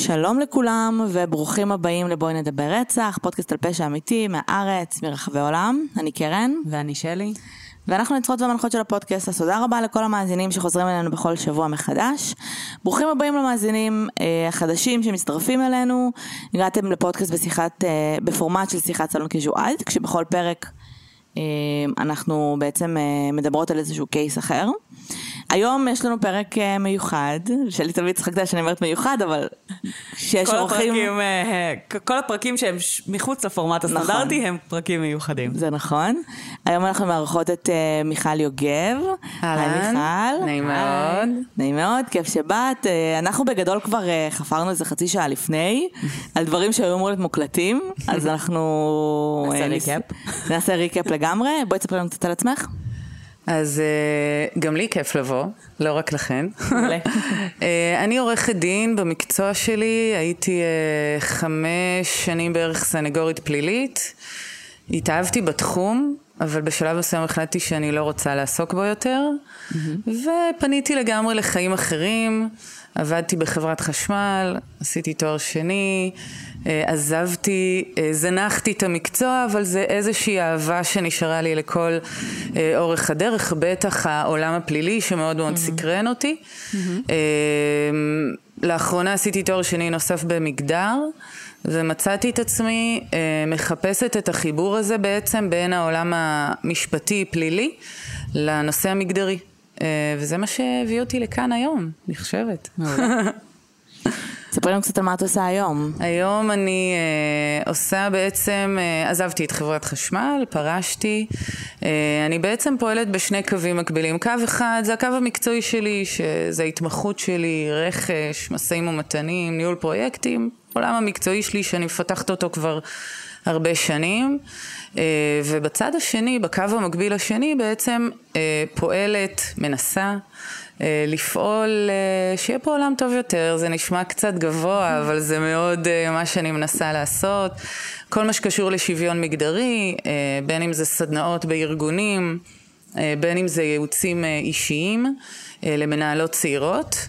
שלום לכולם וברוכים הבאים לבואי נדבר רצח, פודקאסט על פשע אמיתי מהארץ, מרחבי עולם. אני קרן. ואני שלי. ואנחנו נצרות והמנחות של הפודקאסט, אז תודה רבה לכל המאזינים שחוזרים אלינו בכל שבוע מחדש. ברוכים הבאים למאזינים החדשים שמצטרפים אלינו. הגעתם לפודקאסט בפורמט של שיחת סלון קזואלית, כשבכל פרק אנחנו בעצם מדברות על איזשהו קייס אחר. היום יש לנו פרק מיוחד, שלי תמיד צחקתה שאני אומרת מיוחד, אבל שיש אורחים... כל הפרקים שהם מחוץ לפורמט הסטנדרטי הם פרקים מיוחדים. זה נכון. היום אנחנו מערכות את מיכל יוגב. היי מיכל. נעים מאוד. נעים מאוד, כיף שבאת. אנחנו בגדול כבר חפרנו איזה חצי שעה לפני, על דברים שהיו אמורים להיות מוקלטים, אז אנחנו... נעשה ריקאפ לגמרי. בואי תספרי לנו קצת על עצמך. אז גם לי כיף לבוא, לא רק לכן. אני עורכת דין במקצוע שלי, הייתי 5 שנים בערך סנגורית פלילית, התאהבתי בתחום, אבל בשלב מסוים החלטתי שאני לא רוצה לעסוק בו יותר, ופניתי לגמרי לחיים אחרים, עבדתי בחברת חשמל, עשיתי תואר שני, עזבתי, זנחתי את המקצוע, אבל זה איזושהי אהבה שנשארה לי לכל אורך הדרך, בטח העולם הפלילי שמאוד מאוד סקרן אותי. לאחרונה עשיתי תואר שני נוסף במגדר, ומצאתי את עצמי מחפשת את החיבור הזה בעצם בין העולם המשפטי פלילי לנושא המגדרי. וזה מה שהביא אותי לכאן היום, אני חושבת. ספרי לנו קצת על מה את עושה היום. היום אני עושה בעצם, עזבתי את חברת חשמל, פרשתי. אני בעצם פועלת בשני קווים מקבילים. קו אחד זה הקו המקצועי שלי, שזה ההתמחות שלי, רכש, משאים ומתנים, ניהול פרויקטים. עולם המקצועי שלי שאני מפתחת אותו כבר הרבה שנים. ובצד השני, בקו המקביל השני, בעצם פועלת, מנסה, לפעול שיהיה פה עולם טוב יותר. זה נשמע קצת גבוה, אבל זה מאוד מה שאני מנסה לעשות. כל מה שקשור לשוויון מגדרי, בין אם זה סדנאות בארגונים, בין אם זה ייעוצים אישיים למנהלות צעירות,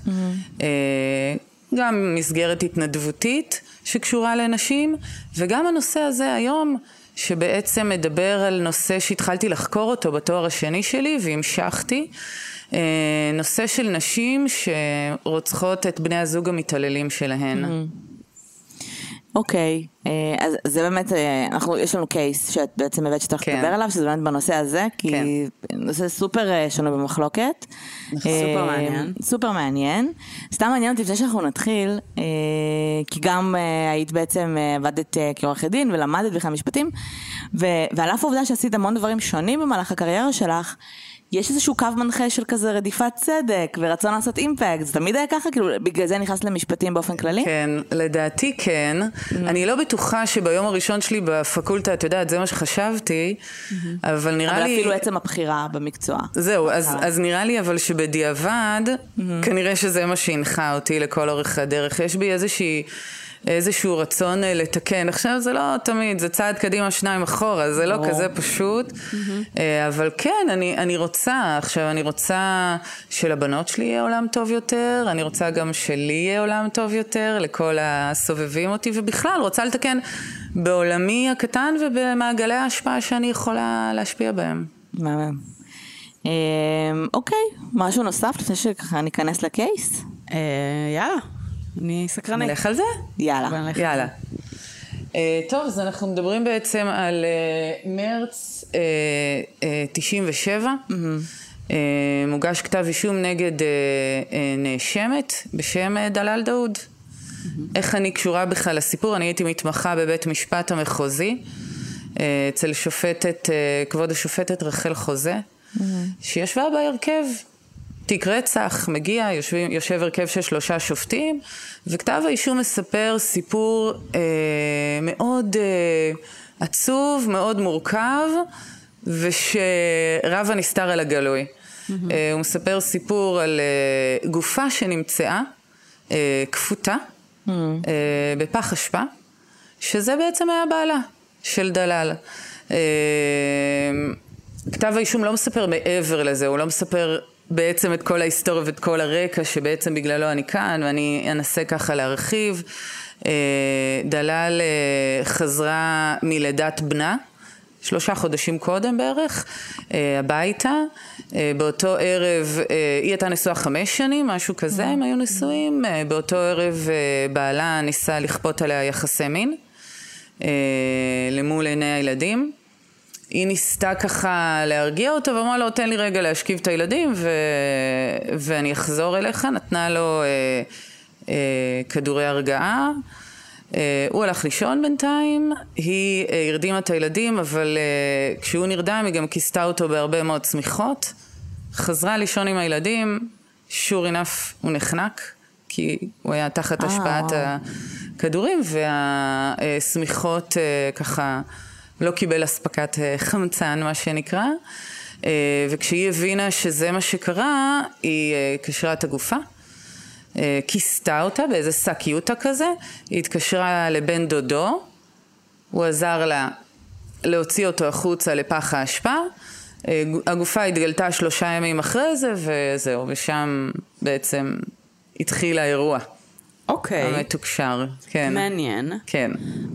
גם מסגרת התנדבותית שקשורה לנשים, וגם הנושא הזה היום שבעצם מדבר על נושא שהתחלתי לחקור אותו בתואר השני שלי והמשכתי, נושא של נשים שרוצחות את בני הזוג המתעללים שלהן. אוקיי, אז זה באמת, יש לנו קייס שאת בעצם הבאת שצריך לדבר עליו, שזה באמת בנושא הזה, כי נושא סופר שונה במחלוקת. סופר מעניין. סופר מעניין. סתם מעניין אותי לפני שאנחנו נתחיל, כי גם היית בעצם עבדת כעורכת דין ולמדת בכלל משפטים, ועל אף העובדה שעשית המון דברים שונים במהלך הקריירה שלך, יש איזשהו קו מנחה של כזה רדיפת צדק ורצון לעשות אימפקט. זה תמיד היה ככה? כאילו, בגלל זה נכנס למשפטים באופן כללי? כן, לדעתי כן. אני לא בטוחה שביום הראשון שלי בפקולטה, את יודעת, זה מה שחשבתי, אבל נראה לי... אבל אפילו עצם הבחירה במקצוע. זהו, אז נראה לי אבל שבדיעבד, כנראה שזה מה שהנחה אותי לכל אורך הדרך. יש בי איזשהו רצון לתקן. עכשיו זה לא תמיד, זה צעד קדימה 2 אחורה, זה לא כזה פשוט. אבל כן, אני רוצה, עכשיו אני רוצה שלבנות שלי יהיה עולם טוב יותר, אני רוצה גם שלי יהיה עולם טוב יותר, לכל הסובבים אותי, ובכלל רוצה לתקן בעולמי הקטן ובמעגלי ההשפעה שאני יכולה להשפיע בהם. מהמם. אוקיי, משהו נוסף לפני שככה ניכנס לקייס? יאללה. אני סקרנית. נלך על זה? יאללה. טוב, אז אנחנו מדברים בעצם על מרץ 97. מוגש כתב אישום נגד נאשמת בשם דלאל דאוד. איך אני קשורה בכלל לסיפור? אני הייתי מתמחה בבית משפט המחוזי, אצל כבוד השופטת רחל חוזה, שישבה בהרכב. תיק רצח, מגיע, יושב הרכב של 3 שופטים, וכתב האישום מספר סיפור מאוד עצוב, מאוד מורכב, ושרב הנסתר על הגלוי. הוא מספר סיפור על גופה שנמצאה, כפותה, בפח אשפה, שזה בעצם היה בעלה של דלאל. כתב האישום לא מספר מעבר לזה, הוא לא מספר בעצם את כל ההיסטוריה ואת כל הרקע שבעצם בגללו אני כאן, ואני אנסה ככה להרחיב. דלל חזרה מלידת בנה, 3 חודשים קודם בערך, הביתה. באותו ערב, היא הייתה נשואה 5 שנים, משהו כזה, הם היו נשואים. באותו ערב בעלה ניסה לכפות עליה יחסי מין, למול עיני הילדים. היא ניסתה ככה להרגיע אותו, ואמרה לו, תן לי רגע להשכיב את הילדים, ואני אחזור אליך. נתנה לו כדורי הרגעה. הוא הלך לישון בינתיים, היא הרדימה את הילדים, אבל כשהוא נרדם היא גם כיסתה אותו בהרבה מאוד צמיחות. חזרה לישון עם הילדים, sure enough הוא נחנק, כי הוא היה תחת השפעת הכדורים, והסמיכות ככה לא קיבל הספקת חמצן, מה שנקרא. וכשהיא הבינה שזה מה שקרה, היא קשרה את הגופה. כיסתה אותה באיזה סקיוטה כזה, היא התקשרה לבן דודו, הוא עזר לה להוציא אותו החוצה לפח האשפה, הגופה התגלתה 3 ימים אחרי זה, וזהו, ושם בעצם התחיל האירוע. אוקיי. המתוקשר, כן. מעניין. כן.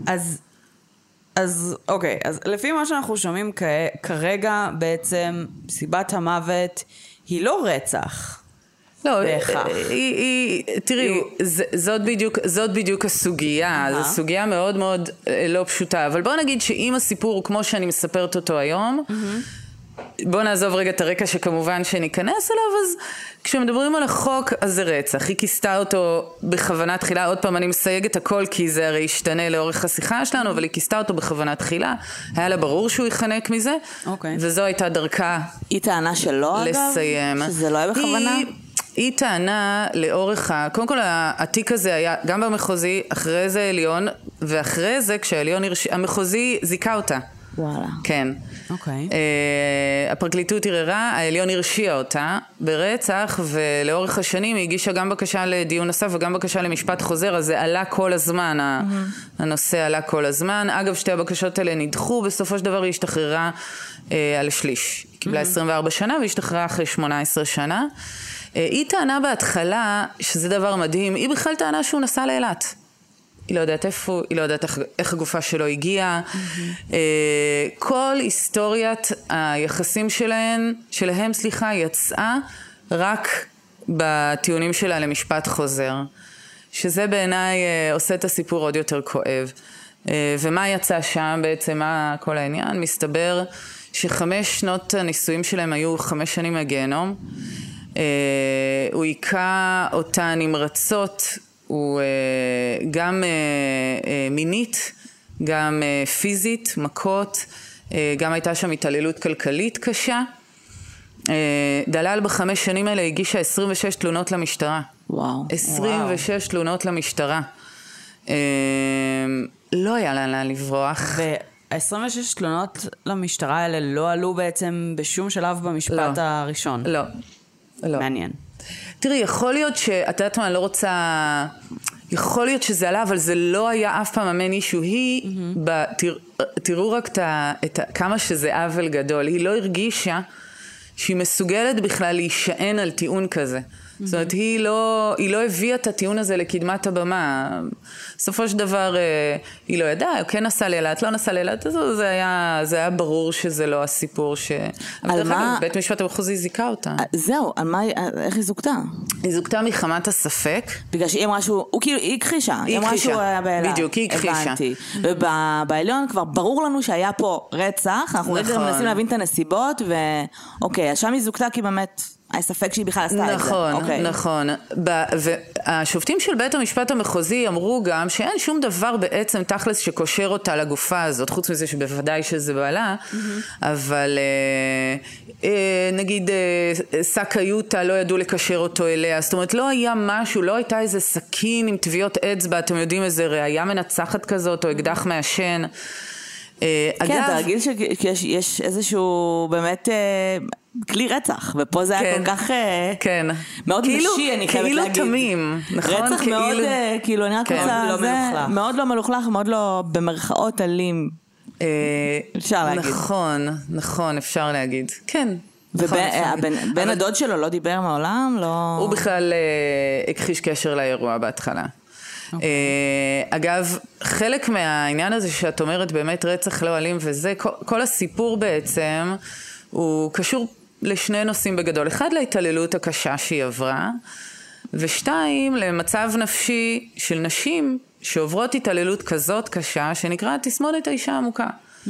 אז אוקיי, אז לפי מה שאנחנו שומעים כרגע, בעצם סיבת המוות היא לא רצח. לא, תראי, זאת בדיוק הסוגיה, זו סוגיה מאוד מאוד לא פשוטה, אבל בוא נגיד שאם הסיפור כמו שאני מספרת אותו היום, בוא נעזוב רגע את הרקע שכמובן שניכנס אליו, אז כשמדברים על החוק, אז זה רצח. היא כיסתה אותו בכוונה תחילה, עוד פעם אני מסייגת הכל כי זה הרי ישתנה לאורך השיחה שלנו, אבל היא כיסתה אותו בכוונה תחילה, היה לה ברור שהוא יחנק מזה, וזו הייתה דרכה לסיים. היא טענה שלא אגב? שזה לא היה בכוונה? היא טענה לאורך קודם כל התיק הזה היה גם במחוזי, אחרי זה עליון, ואחרי זה כשהעליון המחוזי זיקה אותה. וואלה. כן. אוקיי. הפרקליטות ערערה, העליון הרשיע אותה ברצח, ולאורך השנים היא הגישה גם בקשה לדיון נוסף וגם בקשה למשפט חוזר, אז זה עלה כל הזמן, הנושא עלה כל הזמן. אגב, 2 הבקשות האלה נדחו, בסופו של דבר היא השתחררה על שליש. היא קיבלה 24 שנה והשתחררה אחרי 18 שנה. היא טענה בהתחלה, שזה דבר מדהים, היא בכלל טענה שהוא נסע לאילת. היא לא יודעת איפה, היא לא יודעת איך הגופה שלו הגיעה. כל היסטוריית היחסים שלהם, יצאה רק בטיעונים שלה למשפט חוזר. שזה בעיניי עושה את הסיפור עוד יותר כואב. ומה יצא שם בעצם, מה כל העניין? מסתבר ש5 שנות הנישואים שלהם היו 5 שנים מהגיהנום. הוא היכה אותה נמרצות, הוא גם מינית, גם פיזית, מכות, גם הייתה שם התעללות כלכלית קשה. דלל ב5 שנים האלה הגישה 26 תלונות למשטרה. וואו. 26 תלונות למשטרה. לא היה לה לברוח. ו-26 תלונות למשטרה האלה לא עלו בעצם בשום שלב במשפט הראשון. לא. לא. מעניין. תראי, יכול להיות שאת יודעת מה, אני לא רוצה, יכול להיות שזה עלה, אבל זה לא היה אף פעם אמן אישו. היא, תראו רק כמה שזה עוול גדול, היא לא הרגישה שהיא מסוגלת בכלל להישען על טיעון כזה. זאת אומרת, היא לא הביאה את הטיעון הזה לקדמת הבמה. בסופו של דבר, היא לא ידעה, כן נסע לאילת, לא נסע לאילת, זה היה ברור שזה לא הסיפור על מה? בית משפט המחוזי זיקה אותה. זהו, על מה, איך היא זוכתה? היא זוכתה מחמת הספק. בגלל שהיא אמרה שהוא, היא הכחישה. היא הכחישה, בדיוק, היא הכחישה. הבנתי. ובעליון כבר ברור לנו שהיה פה רצח, אנחנו רגע מנסים להבין את הנסיבות, ואוקיי, שם היא זוכתה כי באמת... הספק שהיא בכלל עשתה את זה. נכון, נכון. והשופטים של בית המשפט המחוזי אמרו גם שאין שום דבר בעצם תכלס שקושר אותה לגופה הזאת, חוץ מזה שבוודאי שזה בעלה, אבל נגיד סקיוטה לא ידעו לקשר אותו אליה, זאת אומרת לא היה משהו, לא הייתה איזה סכין עם טביעות אצבע, אתם יודעים איזה ראיה מנצחת כזאת או אקדח מעשן. כן, אתה רגיל שיש איזשהו באמת כלי רצח, ופה זה היה כל כך מאוד נשי, אני חייבת להגיד. כאילו תמים, נכון? רצח מאוד, כאילו אני רק רוצה, מאוד לא מלוכלך, מאוד לא במרכאות אלים. אפשר להגיד. נכון, אפשר להגיד. כן, ובן הדוד שלו לא דיבר מעולם? הוא בכלל הכחיש קשר לאירוע בהתחלה. אגב, חלק מהעניין הזה שאת אומרת באמת רצח לא אלים וזה, כל הסיפור בעצם הוא קשור לשני נושאים בגדול. אחד, להתעללות הקשה שהיא עברה, ושתיים, למצב נפשי של נשים שעוברות התעללות כזאת קשה, שנקרא תסמונת האישה העמוקה.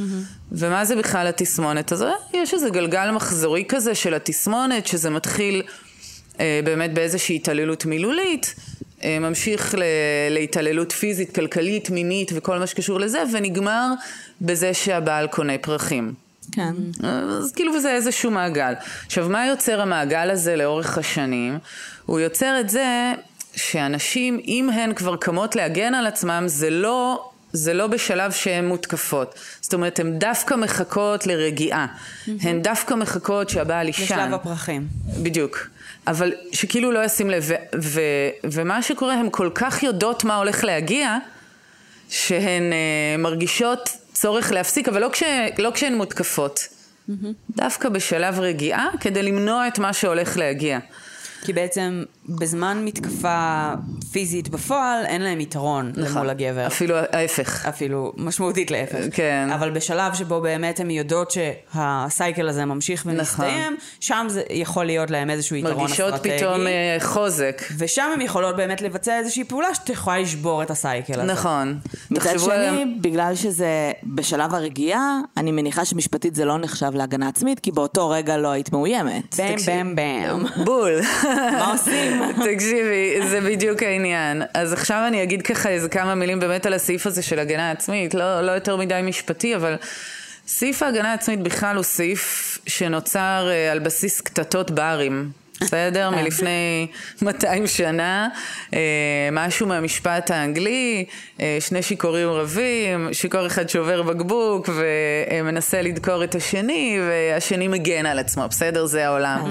ומה זה בכלל התסמונת הזו? יש איזה גלגל מחזורי כזה של התסמונת, שזה מתחיל באמת באיזושהי התעללות מילולית, ממשיך להתעללות פיזית, כלכלית, מינית וכל מה שקשור לזה, ונגמר בזה שהבעל קונה פרחים. כן. אז כאילו וזה איזשהו מעגל. עכשיו, מה יוצר המעגל הזה לאורך השנים? הוא יוצר את זה שאנשים, אם הן כבר קמות להגן על עצמם, זה לא בשלב שהן מותקפות. זאת אומרת, הן דווקא מחכות לרגיעה. הן דווקא מחכות שהבעל ישן. בשלב הפרחים. בדיוק. אבל שכאילו לא ישים לב. ומה שקורה, הן כל כך יודעות מה הולך להגיע, שהן מרגישות צורך להפסיק, אבל לא כשהן מותקפות. דווקא בשלב רגיעה, כדי למנוע את מה שהולך להגיע. כי בעצם בזמן מתקפה פיזית בפועל, אין להם יתרון למול הגבר. אפילו ההפך. אפילו משמעותית להפך. כן. אבל בשלב שבו באמת הם יודעות שהסייקל הזה ממשיך ומסתיים, שם זה יכול להיות להם איזשהו יתרון אסטרטגי. מרגישות פתאום חוזק. ושם הם יכולות באמת לבצע איזושהי פעולה שתוכל לשבור את הסייקל הזה. נכון. מצד שני, בגלל שזה בשלב הרגיעה, אני מניחה שמשפטית זה לא נחשב להגנה עצמית, כי באותו רגע לא היית מאוימת. בם בם בם. בול. מה עושים? תקשיבי, זה בדיוק העניין. אז עכשיו אני אגיד ככה איזה כמה מילים באמת על הסעיף הזה של הגנה עצמית, לא יותר מדי משפטי, אבל סעיף ההגנה העצמית בכלל הוא סעיף שנוצר על בסיס קטטות ברים. בסדר? מלפני 200 שנה, משהו מהמשפט האנגלי, שני שיכורים רבים, שיכור אחד שובר בקבוק ומנסה לדקור את השני, והשני מגן על עצמו, בסדר? זה העולם.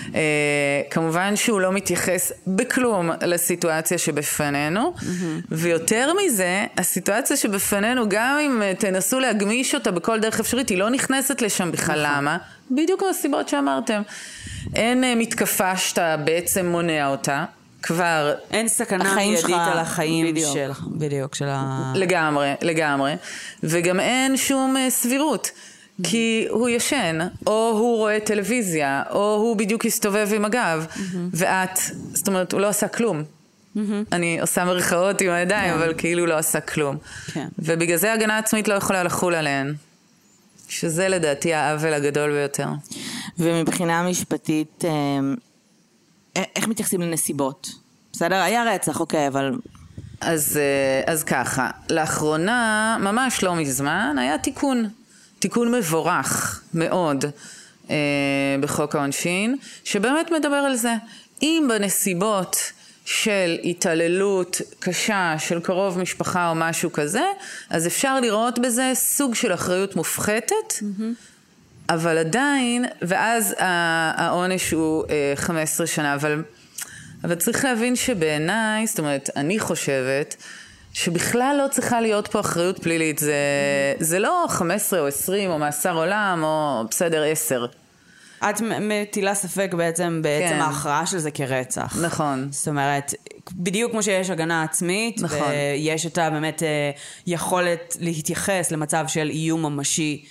כמובן שהוא לא מתייחס בכלום לסיטואציה שבפנינו, ויותר מזה, הסיטואציה שבפנינו, גם אם תנסו להגמיש אותה בכל דרך אפשרית, היא לא נכנסת לשם בכלל. למה? בדיוק מהסיבות שאמרתם. אין מתקפה שאתה בעצם מונע אותה, כבר אין סכנה מיידית על החיים שלך. בדיוק, של ה... לגמרי. וגם אין שום סבירות. כי הוא ישן, או הוא רואה טלוויזיה, או הוא בדיוק הסתובב עם הגב, ואת, זאת אומרת, הוא לא עשה כלום. אני עושה מרכאות עם הידיים, אבל כאילו לא עשה כלום. ובגלל זה הגנה עצמית לא יכולה לחול עליהן. שזה לדעתי העוול הגדול ביותר. ומבחינה משפטית, איך מתייחסים לנסיבות? בסדר? היה רצח, אוקיי, אבל... אז ככה, לאחרונה, ממש לא מזמן, היה תיקון מבורך מאוד בחוק העונשין, שבאמת מדבר על זה. אם בנסיבות של התעללות קשה של קרוב משפחה או משהו כזה, אז אפשר לראות בזה סוג של אחריות מופחתת, אבל עדיין, ואז העונש הוא 15 שנה, אבל צריך להבין שבעיניי, זאת אומרת, אני חושבת, שבכלל לא צריכה להיות פה אחריות פלילית, זה לא 15 או 20 או מאסר עולם או בסדר 10. את מטילה ספק בעצם ההכרעה של זה כרצח. נכון. זאת אומרת, בדיוק כמו שיש הגנה עצמית, נכון. ויש אותה באמת יכולת להתייחס למצב של איום ממשי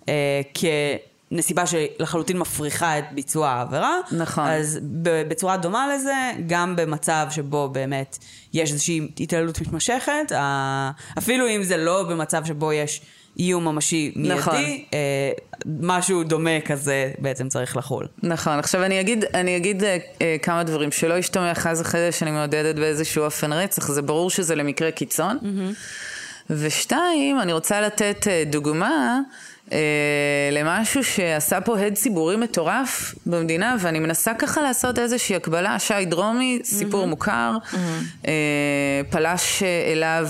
כנסיבה שלחלוטין מפריחה את ביצוע העבירה. נכון. אז בצורה דומה לזה, גם במצב שבו באמת יש איזושהי התעללות מתמשכת, אפילו אם זה לא במצב שבו יש איום ממשי מיידי, נכון. משהו דומה כזה בעצם צריך לחול. נכון, עכשיו אני אגיד כמה דברים, שלא ישתמע חס וחלילה שאני מעודדת באיזשהו אופן רצח, זה ברור שזה למקרה קיצון. ושתיים, אני רוצה לתת דוגמה למשהו שעשה פה הד ציבורי מטורף במדינה, ואני מנסה ככה לעשות איזושהי הקבלה. שי דרומי, סיפור מוכר, פלש אליו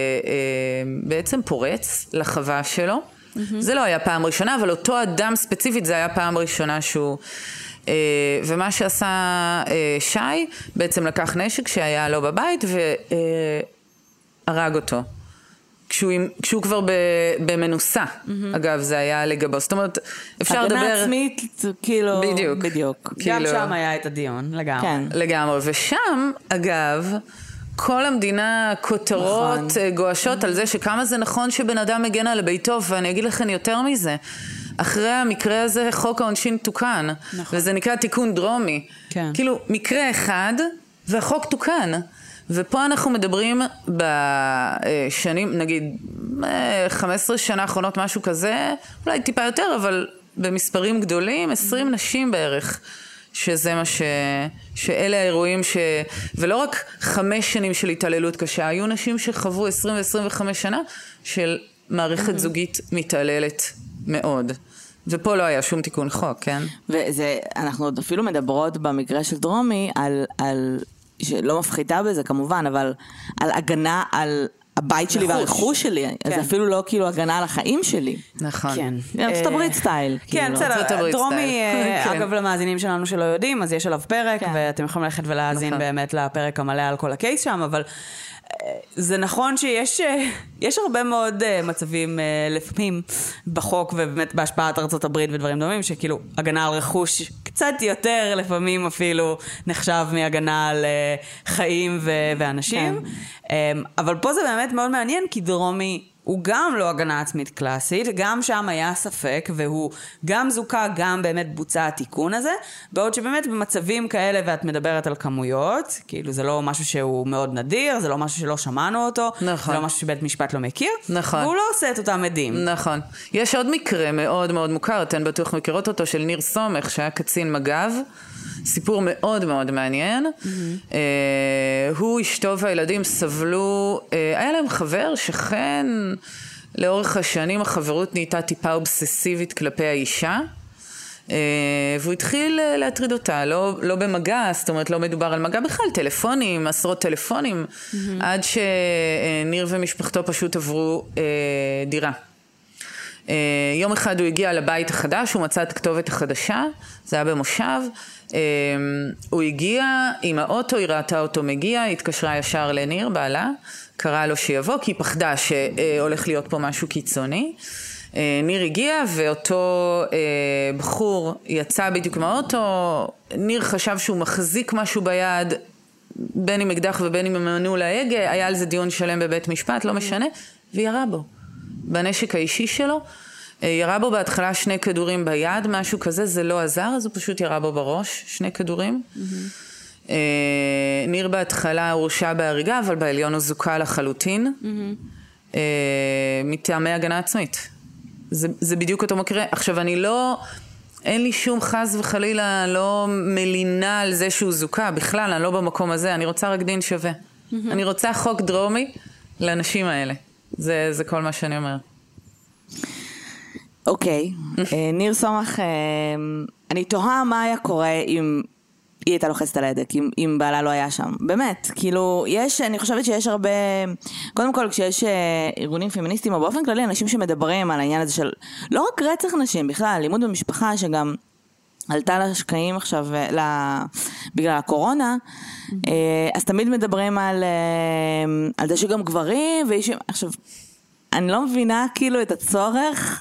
בעצם פורץ לחווה שלו. זה לא היה פעם ראשונה, אבל אותו אדם ספציפית זה היה פעם ראשונה שהוא... ומה שעשה שי, בעצם לקח נשק שהיה לו בבית והרג אותו. כשהוא כבר במנוסה, אגב, זה היה לגבו. זאת אומרת, אפשר לדבר... הגנה עצמית, כאילו... בדיוק. גם שם היה את הדיון, לגמרי. כן. לגמרי. ושם, אגב, כל המדינה כותרות גואשות על זה שכמה זה נכון שבן אדם מגן על ביתו, ואני אגיד לכם יותר מזה. אחרי המקרה הזה, חוק העונשין תוקן, וזה נקרא תיקון דרומי. כן. כאילו, מקרה אחד, והחוק תוקן. ופה אנחנו מדברים בשנים, נגיד 15 שנה האחרונות, משהו כזה, אולי טיפה יותר, אבל במספרים גדולים, 20 נשים בערך, שזה מה שאלה האירועים ולא רק 5 שנים של התעללות קשה, היו נשים שחוו 20 ו-25 שנה של מערכת זוגית מתעללת מאוד. ופה לא היה שום תיקון חוק, כן? אנחנו עוד אפילו מדברות במקרה של דרומי על שלא מפחיתה בזה כמובן, אבל על הגנה על הבית שלי והרכוש שלי, אז אפילו לא כאילו הגנה על החיים שלי. נכון. כן. ארצות הברית סטייל. כן, בסדר. דרומי, אגב למאזינים שלנו שלא יודעים, אז יש עליו פרק, ואתם יכולים ללכת ולהאזין באמת לפרק המלא על כל הקייס שם, אבל זה נכון שיש הרבה מאוד מצבים לפעמים בחוק ובאמת בהשפעת ארצות הברית ודברים דומים, שכאילו הגנה על רכוש קצת יותר לפעמים אפילו נחשב מהגנה על חיים ואנשים. אבל פה זה באמת מאוד מעניין, כי דרומי הוא גם לא הגנה עצמית קלאסית, גם שם היה ספק, והוא גם זוקה, גם באמת בוצע התיקון הזה, בעוד שבאמת במצבים כאלה, ואת מדברת על כמויות, כאילו זה לא משהו שהוא מאוד נדיר, זה לא משהו שלא שמענו אותו, נכון. זה לא משהו שבית משפט לא מכיר, נכון. והוא לא עושה את אותם עדים. נכון. יש עוד מקרה מאוד מאוד מוכר, אתן בטוח מכירות אותו, של ניר סומך, שהיה קצין מג"ב, סיפור מאוד מאוד מעניין. הוא, אשתו והילדים סבלו, היה להם חבר שכן, לאורך השנים החברות נהייתה טיפה אובססיבית כלפי האישה, והוא התחיל להטריד אותה, לא במגע, זאת אומרת לא מדובר על מגע בכלל, טלפונים, עשרות טלפונים, עד שניר ומשפחתו פשוט עברו דירה. יום אחד הוא הגיע לבית החדש, הוא מצא את הכתובת החדשה, זה היה במושב, הוא הגיע עם האוטו, היא ראתה אותו מגיע, היא התקשרה ישר לניר, בעלה, קראה לו שיבוא, כי היא פחדה שהולך להיות פה משהו קיצוני. ניר הגיע, ואותו בחור יצא בדיוק מהאוטו, ניר חשב שהוא מחזיק משהו ביד, בין עם אקדח ובין עם מנעול ההגה, היה על זה דיון שלם בבית משפט, לא משנה, וירה בו. בנשק האישי שלו, ירה בו בהתחלה 2 כדורים ביד, משהו כזה, זה לא עזר, אז הוא פשוט ירה בו בראש, 2 כדורים. ניר בהתחלה הורשע בהריגה, אבל בעליון הוא זוכה לחלוטין, מטעמי הגנה עצמית. זה בדיוק אותו מקרה. עכשיו, אין לי שום חס וחלילה, לא מלינה על זה שהוא זוכה, בכלל, אני לא במקום הזה, אני רוצה רק דין שווה. אני רוצה חוק דרומי לאנשים האלה. זה כל מה שאני אומר. אוקיי, ניר סומך, אני תוהה מה היה קורה אם היא הייתה לוחצת על ההדק, אם בעלה לא היה שם. באמת, כאילו, אני חושבת שיש הרבה, קודם כל כשיש ארגונים פמיניסטיים, או באופן כללי, אנשים שמדברים על העניין הזה של, לא רק רצח נשים, בכלל, אלימות במשפחה, שגם עלתה לשקעים עכשיו, בגלל הקורונה, אז תמיד מדברים על זה שגם גברים, עכשיו, אני לא מבינה כאילו את הצורך,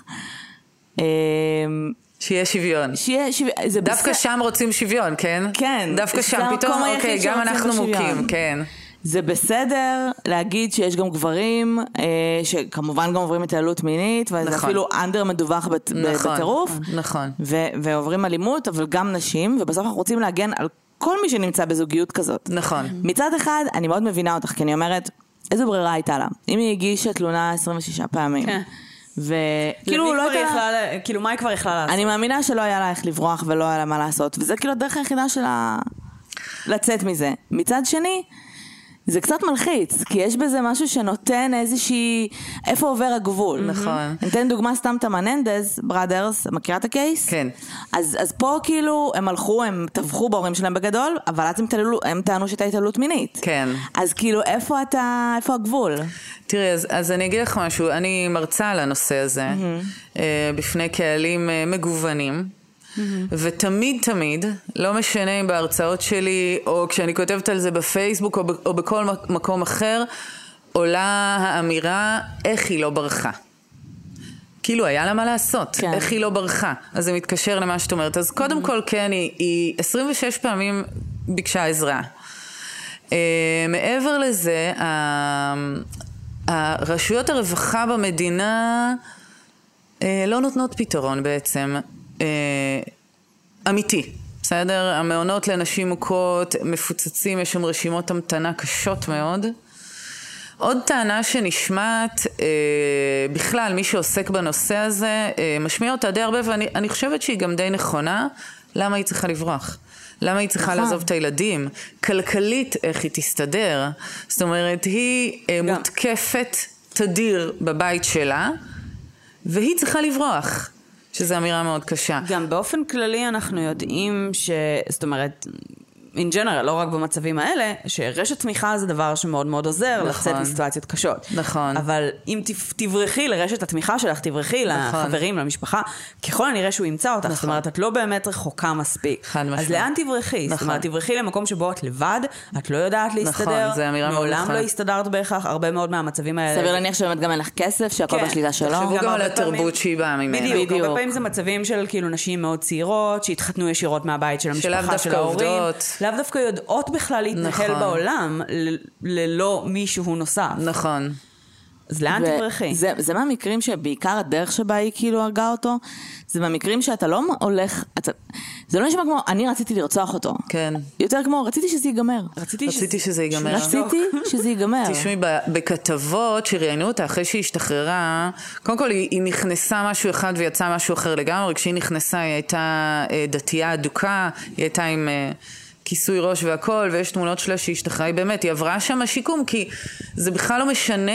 שיהיה שוויון. דווקא שם רוצים שוויון, כן? כן. דווקא שם פתאום, אוקיי, גם אנחנו מוכים, כן. זה בסדר להגיד שיש גם גברים, שכמובן גם עוברים התעללות מינית, וזה אפילו אנדר מדווח בטירוף. נכון. ועוברים אלימות, אבל גם נשים, ובסוף אנחנו רוצים להגן על כל מי שנמצא בזוגיות כזאת. נכון. מצד אחד, אני מאוד מבינה אותך, כי אני אומרת, איזו ברירה הייתה לה? אם היא הגישה תלונה 26 פעמים. כן. וכאילו לא הייתה לה... כאילו מה היא כבר יכלה לעשות? אני מאמינה שלא היה לה איך לברוח ולא היה לה מה לעשות, וזה כאילו הדרך היחידה שלה לצאת מזה. מצד שני, זה קצת מלחיץ, כי יש בזה משהו שנותן איזושהי, איפה עובר הגבול. נכון. ניתן דוגמה סתם מננדז, בראדרס, מכירה את הקייס? כן. אז פה כאילו הם הלכו, הם טבחו בהורים שלהם בגדול, אבל אז הם טענו שהייתה התעללות מינית. כן. אז כאילו איפה הגבול? תראי, אז אני אגיד לך משהו, אני מרצה על הנושא הזה, בפני קהלים מגוונים, ותמיד, לא משנה אם בהרצאות שלי, או כשאני כותבת על זה בפייסבוק, או בכל מקום אחר, עולה האמירה, איך היא לא ברחה. כאילו היה לה מה לעשות, כן. איך היא לא ברחה. אז זה מתקשר למה שאת אומרת. אז קודם כל, כן, היא 26 פעמים ביקשה עזרה. מעבר לזה, הרשויות הרווחה במדינה לא נותנות פתרון בעצם. אמיתי. בסדר? המעונות לנשים מוכות מפוצצים, יש שם רשימות המתנה קשות מאוד. עוד טענה שנשמעת, בכלל מי שעוסק בנושא הזה, משמיע אותה די הרבה, ואני חושבת שהיא גם די נכונה. למה היא צריכה לברוח? למה היא צריכה לעזוב את הילדים? כלכלית איך היא תסתדר? זאת אומרת, היא מותקפת תדיר בבית שלה, והיא צריכה לברוח. שזו אמירה מאוד קשה. גם באופן כללי אנחנו יודעים זאת אומרת, in general, לא רק במצבים האלה, שרשת תמיכה זה דבר שמאוד מאוד עוזר לצאת מסיטואציות קשות. נכון. אבל אם תברכי לרשת התמיכה שלך, תברכי לחברים, למשפחה, ככל הנראה שהוא ימצא אותך, זאת אומרת, את לא באמת רחוקה מספיק. אז לאן תברכי? זאת אומרת, תברכי למקום שבו את לבד, את לא יודעת להסתדר, מעולם לא הסתדרת בהכרח, הרבה מאוד מהמצבים האלה. סביר להניח שבאמת גם אין לך כסף, שהכל בשליטה שלו. גם על התרבות שהיא באה ממנה. בדיוק, הרבה פעמים זה מצבים של כאילו נשים מאוד צעירות, שהתחתנו ישירות מהבית של המשפחה של ההורים. לאו דווקא יודעות בכלל להתנהל בעולם ללא מישהו נוסף. נכון. אז לאן תברכי? זה מהמקרים שבעיקר הדרך שבה היא כאילו הרגה אותו, זה מהמקרים שאתה לא הולך, זה לא נשמע כמו, אני רציתי לרצוח אותו. כן. יותר כמו, רציתי שזה ייגמר. רציתי שזה ייגמר. רציתי שזה ייגמר. תשמעי, בכתבות שראיינו אותה אחרי שהיא השתחררה, קודם כל היא נכנסה משהו אחד ויצאה משהו אחר לגמרי, כשהיא נכנסה היא הייתה דתייה אדוקה, היא הייתה עם כיסוי ראש והכל, ויש תמונות שלה שהיא השתחררה, היא עברה שם השיקום, כי זה בכלל לא משנה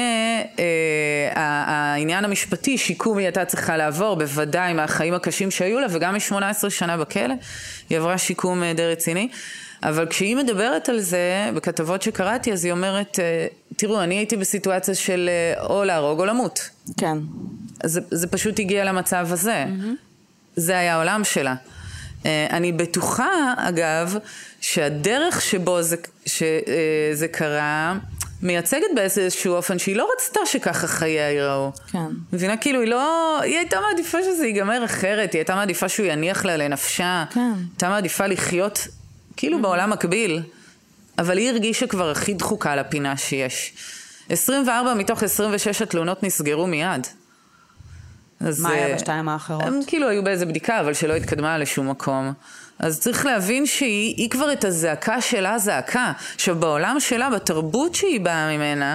העניין המשפטי, שיקום היא הייתה צריכה לעבור, בוודאי מהחיים הקשים שהיו לה, וגם מ-18 שנה בכלא, היא עברה שיקום די רציני, אבל כשהיא מדברת על זה, בכתבות שקראתי, אז היא אומרת, תראו, אני הייתי בסיטואציה של או להרוג או למות. כן. זה פשוט הגיע למצב הזה. זה היה העולם שלה. אני בטוחה, אגב, שהדרך שבו שזה קרה, מייצגת באיזשהו אופן שהיא לא רצתה שככה חייה ייראו. כן. מבינה, כאילו, היא הייתה מעדיפה שזה ייגמר אחרת, היא הייתה מעדיפה שהוא יניח לה לנפשה, כן. הייתה מעדיפה לחיות, כאילו בעולם מקביל, אבל היא הרגישה כבר הכי דחוקה לפינה שיש. 24 מתוך 26 התלונות נסגרו מיד. מה היה בשתיים האחרות? הם כאילו היו באיזה בדיקה, אבל שלא התקדמה לשום מקום. אז צריך להבין שהיא כבר את הזעקה שלה זעקה. עכשיו בעולם שלה, בתרבות שהיא באה ממנה,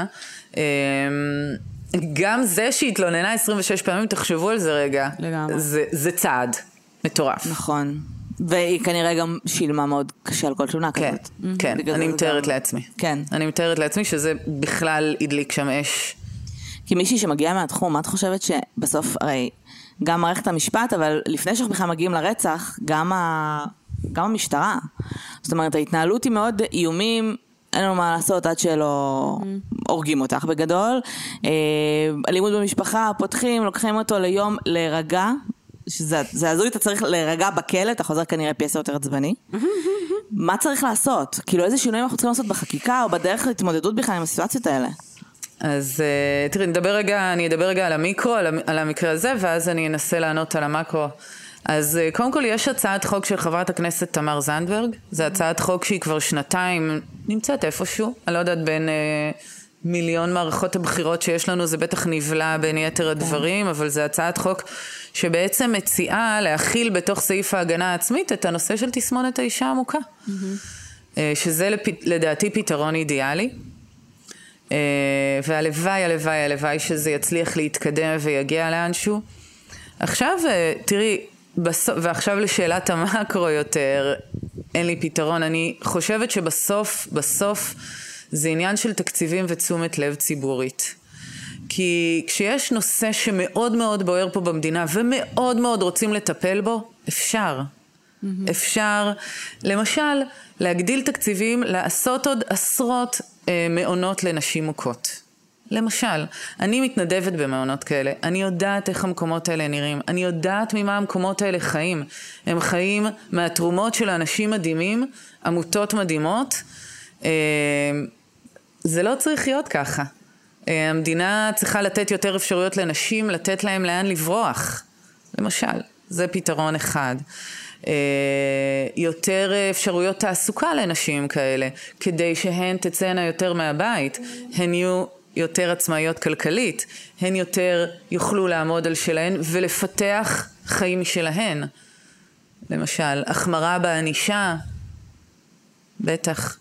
גם זה שהיא התלוננה 26 פעמים, תחשבו על זה רגע. לגמרי. זה צעד מטורף. נכון. והיא כנראה גם שילמה מאוד קשה על כל תלונה כזאת. כן, אני מתארת לעצמי. כן. אני מתארת לעצמי שזה בכלל הדליק שם אש. כי מישהי שמגיעה מהתחום, מה את חושבת שבסוף, הרי גם מערכת המשפט, אבל לפני שאנחנו בכלל מגיעים לרצח, גם המשטרה. זאת אומרת, ההתנהלות היא מאוד איומים, אין לנו מה לעשות עד שלא הורגים אותך בגדול. אלימות במשפחה, פותחים, לוקחים אותו ליום להירגע, שזה הזוי, אתה צריך להירגע בכלא, אתה חוזר כנראה פי 10 יותר עצבני. מה צריך לעשות? כאילו איזה שינויים אנחנו צריכים לעשות בחקיקה, או בדרך להתמודדות בכלל עם הסיטואציות האלה? אז תראי, אני אדבר רגע על המיקרו, על המקרה הזה, ואז אני אנסה לענות על המקרו. אז קודם כל יש הצעת חוק של חברת הכנסת תמר זנדברג, זו הצעת חוק שהיא כבר שנתיים נמצאת איפשהו, אני לא יודעת בין מיליון מערכות הבחירות שיש לנו, זה בטח נבלע בין יתר הדברים, אבל זו הצעת חוק שבעצם מציעה להכיל בתוך סעיף ההגנה העצמית את הנושא של תסמונת האישה העמוקה, שזה לדעתי פתרון אידיאלי. והלוואי שזה יצליח להתקדם ויגיע לאנשהו. עכשיו, תראי, ועכשיו לשאלת המקרו יותר, אין לי פתרון. אני חושבת שבסוף זה עניין של תקציבים ותשומת לב ציבורית. כי כשיש נושא שמאוד מאוד בוער פה במדינה, ומאוד מאוד רוצים לטפל בו, אפשר, למשל, להגדיל תקציבים, לעשות עוד עשרות מעונות לנשים מוכות. למשל, אני מתנדבת במעונות כאלה, אני יודעת איך המקומות האלה נראים, אני יודעת ממה המקומות האלה חיים. הם חיים מהתרומות של אנשים מדהימים, עמותות מדהימות. זה לא צריך להיות ככה. המדינה צריכה לתת יותר אפשרויות לנשים, לתת להם לאן לברוח. למשל, זה פתרון אחד. יותר אפשרויות תעסוקה לנשים כאלה, כדי שהן תצאנה יותר מהבית, הן יהיו יותר עצמאיות כלכלית, הן יותר יוכלו לעמוד על שלהן ולפתח חיים משלהן. למשל, החמרה בענישה, בטח.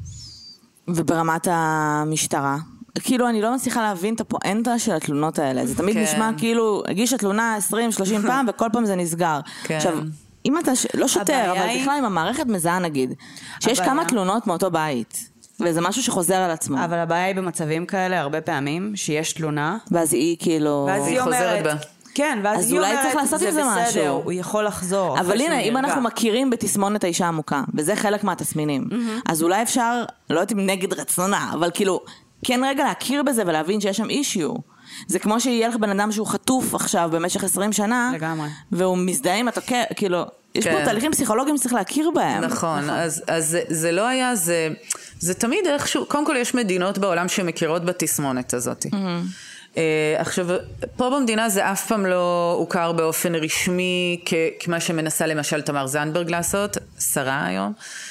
וברמת המשטרה? כאילו אני לא מצליחה להבין את הפואנטה של התלונות האלה, זה תמיד נשמע כאילו, הגישה תלונה 20-30 פעם וכל פעם זה נסגר. עכשיו, אם אתה לא שוטר, אבל בכלל אם המערכת מזהה נגיד, שיש כמה תלונות מאותו בית, וזה משהו שחוזר על עצמו. אבל הבעיה היא במצבים כאלה הרבה פעמים, שיש תלונה. ואז היא כאילו... ואז היא חוזרת בה. כן, ואז היא אומרת, צריך לעשות זה עם זה בסדר, משהו. הוא יכול לחזור. אבל הנה, אם אנחנו מכירים בתסמונת האישה העמוקה, וזה חלק מהתסמינים, אז אולי אפשר, לא יודעת אם נגד רצונה, אבל כאילו, כן רגע להכיר בזה ולהבין שיש שם אישיו. זה כמו שיהיה לך בן אדם שהוא חטוף עכשיו במשך 20 שנה, לגמרי. והוא מזדהה עם התוקע, כאילו, יש פה תהליכים פסיכולוגיים שצריך להכיר בהם. נכון, אז זה לא היה, זה תמיד איכשהו, קודם כל יש מדינות בעולם שמכירות בתסמונת הזאת. עכשיו, פה במדינה זה אף פעם לא הוכר באופן רשמי כמה שמנסה למשל תמר זנדברג לעשות, שרה היום.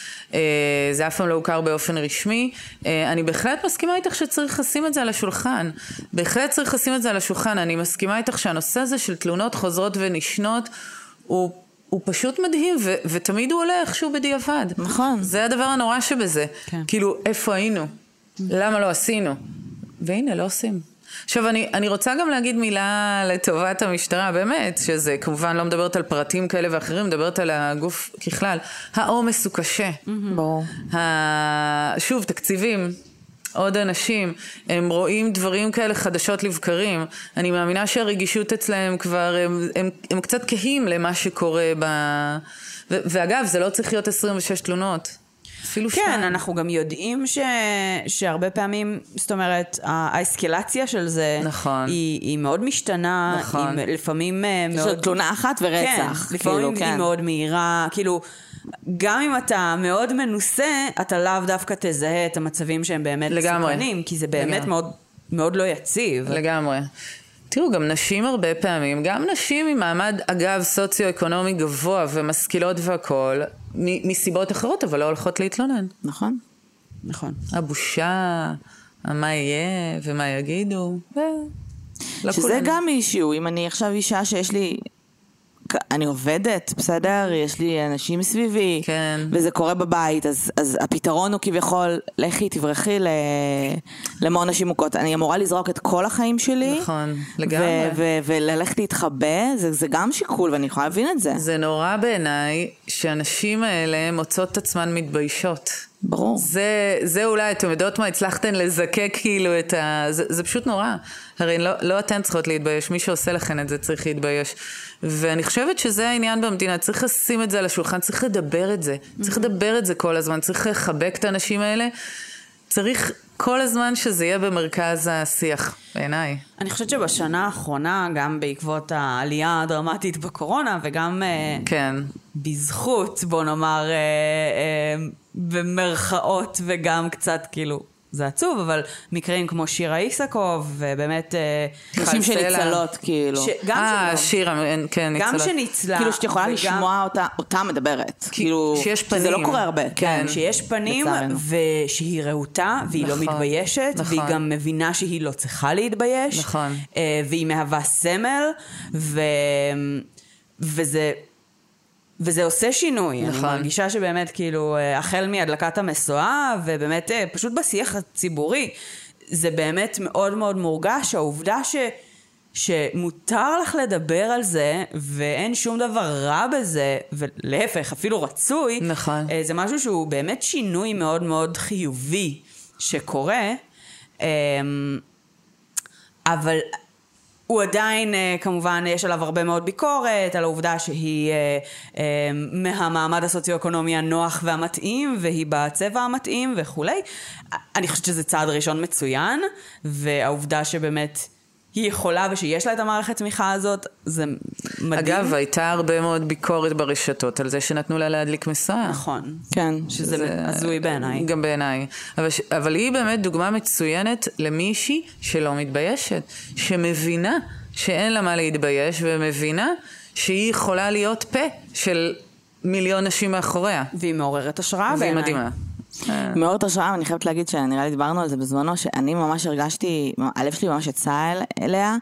זה אף פעם לא הוכר באופן רשמי. אני בהחלט מסכימה איתך שצריך לשים את זה על השולחן. בהחלט צריך לשים את זה על השולחן. אני מסכימה איתך שהנושא הזה של תלונות חוזרות ונשנות הוא פשוט מדהים, ותמיד הוא עולה איכשהו בדיעבד. נכון. זה הדבר הנורא שבזה. כן. כאילו, איפה היינו? למה לא עשינו? והנה, לא עושים. עכשיו, אני רוצה גם להגיד מילה לטובת המשטרה, באמת, שזה כמובן לא מדברת על פרטים כאלה ואחרים, מדברת על הגוף ככלל. העומס הוא קשה. ברור. שוב, תקציבים, עוד אנשים, הם רואים דברים כאלה חדשות לבקרים. אני מאמינה שהרגישות אצלהם כבר, הם קצת קהים למה שקורה ואגב, זה לא צריך להיות 26 תלונות. כן, אנחנו גם יודעים שהרבה פעמים, זאת אומרת, האסקלציה של זה היא מאוד משתנה, היא לפעמים מאוד... יש תלונה אחת ורצח. כן, לפעמים היא מאוד מהירה, כאילו, גם אם אתה מאוד מנוסה, אתה לאו דווקא תזהה את המצבים שהם באמת סוכנים, כי זה באמת מאוד לא יציב. לגמרי. תראו, גם נשים הרבה פעמים, גם נשים עם מעמד, אגב, סוציו-אקונומי גבוה ומשכילות והכל, מסיבות אחרות, אבל לא הולכות להתלונן. נכון. נכון. הבושה, מה יהיה ומה יגידו, שזה גם אישיו. אם אני עכשיו אישה שיש לי... אני עובדת, בסדר? יש לי אנשים סביבי, כן. וזה קורה בבית, אז הפתרון הוא כביכול, לכי, תברכי למעון נשים מוכות. אני אמורה לזרוק את כל החיים שלי. נכון, לגמרי. וללכת להתחבא, זה גם שיקול, ואני יכולה להבין את זה. זה נורא בעיניי, שהנשים האלה מוצאות את עצמן מתביישות. ברור. זה אולי, אתם יודעות מה, הצלחתן לזקק כאילו את זה פשוט נורא. הרי לא אתן צריכות להתבייש, מי שעושה לכן את זה צריך להתבייש. ואני חושבת שזה העניין במדינה, צריך לשים את זה על השולחן, צריך לדבר את זה. צריך לדבר את זה כל הזמן, צריך לחבק את האנשים האלה. צריך כל הזמן שזה יהיה במרכז השיח, בעיניי. אני חושבת שבשנה האחרונה, גם בעקבות העלייה הדרמטית בקורונה, וגם כן. בזכות, בוא נאמר, במרכאות, וגם קצת כאילו, זה עצוב, אבל מקרים כמו שירה איסקוב, ובאמת... נשים שניצלות, כאילו. שירה, כן, ניצלות. גם שניצלה. כאילו שתיכולה לשמוע אותה מדברת. כאילו, שיש פנים. זה לא קורה הרבה. כן, שיש פנים, ושהיא רהוטה, והיא לא מתביישת, והיא גם מבינה שהיא לא צריכה להתבייש. נכון. והיא מהווה סמל, וזה עושה שינוי. נכון. אני מרגישה שבאמת כאילו, החל מהדלקת המשואה, ובאמת פשוט בשיח הציבורי, זה באמת מאוד מאוד מורגש, העובדה שמותר לך לדבר על זה, ואין שום דבר רע בזה, ולהפך, אפילו רצוי. נכון. זה משהו שהוא באמת שינוי מאוד מאוד חיובי שקורה, אבל... הוא עדיין, כמובן, יש עליו הרבה מאוד ביקורת, על העובדה שהיא מהמעמד הסוציו-אקונומי הנוח והמתאים, והיא בצבע המתאים וכו'. אני חושבת שזה צעד ראשון מצוין, והעובדה שבאמת היא יכולה ושיש לה את המערכת תמיכה הזאת, זה מדהים. אגב, הייתה הרבה מאוד ביקורת ברשתות על זה שנתנו לה להדליק משואה. נכון. כן. שזה הזוי בעיניי. גם בעיניי. אבל היא באמת דוגמה מצוינת למישהי שלא מתביישת, שמבינה שאין לה מה להתבייש, ומבינה שהיא יכולה להיות פה של מיליון נשים מאחוריה. והיא מעוררת השראה בעיניי. והיא מדהימה. מאוד השראה, ואני חייבת להגיד שנראה לי דיברנו על זה בזמנו, שאני ממש הרגשתי, הלב שלי ממש יצא אליה,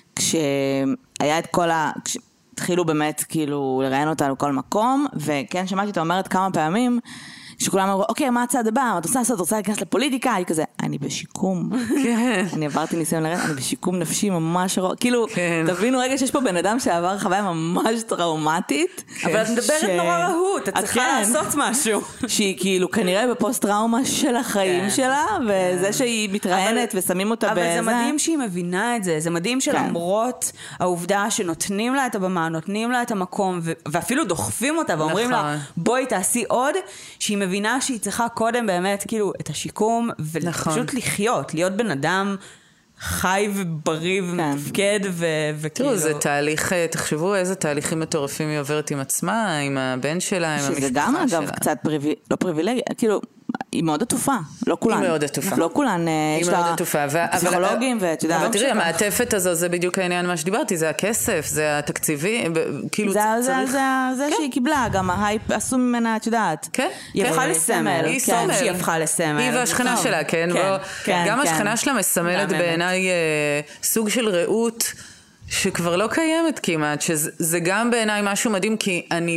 כשהיה את כל התחילו באמת כאילו לראיין אותה לכל מקום, וכן שמעתי אותה אומרת כמה פעמים, שכולם אמרו, אוקיי, מה הצעד הבא? מה את רוצה לעשות? רוצה להיכנס לפוליטיקה? היא כזה, אני בשיקום. אני עברתי ניסיון לראות, אני בשיקום נפשי ממש כאילו, תבינו רגע שיש פה בן אדם שעבר חוויה ממש טראומטית. אבל את מדברת נורא רהוט, את צריכה לעשות משהו. שהיא כאילו כנראה בפוסט טראומה של החיים שלה, וזה שהיא מתראיינת ושמים אותה אבל זה מדהים שהיא מבינה את זה. זה מדהים שלמרות העובדה שנותנים לה את הבמה, נותנים לה את המקום, ואפילו דוחפים אותה ואומרים לה, בואי תעשי עוד, שהיא מבינה שהיא צריכה קודם באמת כאילו את השיקום ופשוט לחיות, להיות בן אדם חי ובריא ומתפקד וכאילו... תראו, זה תהליך, תחשבו איזה תהליכים מטורפים היא עוברת עם עצמה, עם הבן שלה, עם המשפחה שלה. שזה גם אגב קצת לא פריבילגיה, כאילו... היא מאוד עטופה, לא כולן. היא מאוד עטופה. לא כולן, יש לה פסיכולוגים ואת יודעת. אבל תראי, המעטפת הזו, זה בדיוק העניין מה שדיברתי, זה הכסף, זה התקציבי, כאילו צריך... זה שהיא קיבלה, גם ההייפ עשו ממנה, את יודעת. כן. היא הפכה לסמל. היא סמל. שהיא הפכה לסמל. היא והשכנה שלה, כן. גם השכנה שלה מסמלת בעיניי סוג של רעות, שכבר לא קיימת כמעט, שזה גם בעיניי משהו מדהים, כי אני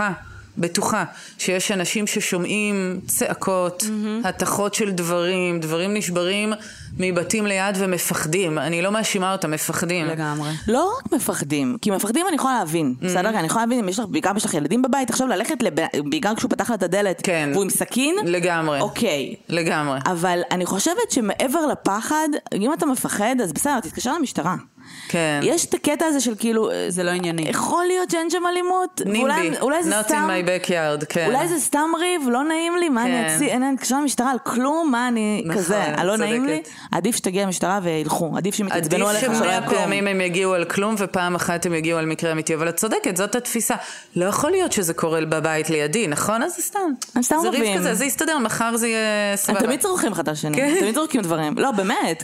בטוחה שיש אנשים ששומעים צעקות, התחות של דברים נשברים מבתים ליד ומפחדים. אני לא מאשימה אותם, מפחדים. לגמרי. לא רק מפחדים, כי מפחדים אני יכולה להבין. בסדר? אני יכולה להבין אם יש לך, בעיקר יש לך ילדים בבית, עכשיו ללכת, בעיקר כשהוא פתח לה את הדלת, והוא עם סכין. לגמרי. אוקיי. לגמרי. אבל אני חושבת שמעבר לפחד, אם אתה מפחד, אז בסדר, תתקשר למשטרה. כן. יש את הקטע הזה של כאילו, זה לא ענייני. יכול להיות שאין שם אלימות. נימבי, not in my backyard, כן. אולי זה סתם ריב, לא נעים לי, מה אני אציא, אין אתקשר למשטרה על כלום, מה אני כזה, לא נעים לי, עדיף שתגיע למשטרה וילכו, עדיף שמתעצבנו עליך שלא יקום. עדיף שמאה פעמים הם יגיעו על כלום, ופעם אחת הם יגיעו על מקרה אמיתי, אבל את צודקת, זאת התפיסה. לא יכול להיות שזה קורה בבית לידי, נכון? אז זה סתם. זה ריב כזה, זה יסתדר, מחר זה יהיה סבבה. הם תמיד צורכים אחד לשני, תמיד זורקים דברים. לא, באמת.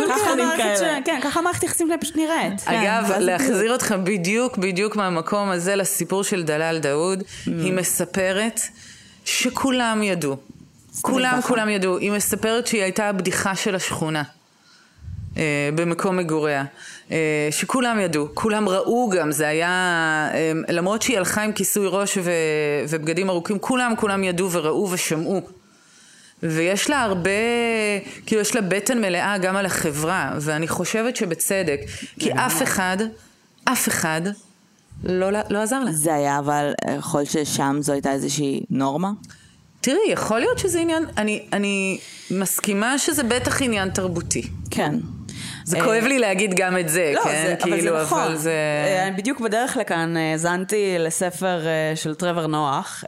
ככה מערכת יחסים שלהם פשוט נראית. אגב, להחזיר אתכם בדיוק מהמקום הזה לסיפור של דלאל דאוד, היא מספרת שכולם ידעו. כולם ידעו. היא מספרת שהיא הייתה הבדיחה של השכונה. במקום מגוריה. שכולם ידעו. כולם ראו גם. זה היה, למרות שהיא הלכה עם כיסוי ראש ובגדים ארוכים, כולם ידעו וראו ושמעו. ויש לה הרבה, כאילו יש לה בטן מלאה גם על החברה, ואני חושבת שבצדק, כי אף אחד לא עזר לה. זה היה, אבל יכול ששם זו הייתה איזושהי נורמה? תראי, יכול להיות שזה עניין, אני מסכימה שזה בטח עניין תרבותי. כן. זה כואב לי להגיד גם את זה, כן? אבל זה נכון. בדיוק בדרך לכאן האזנתי לספר של טרוור נוח,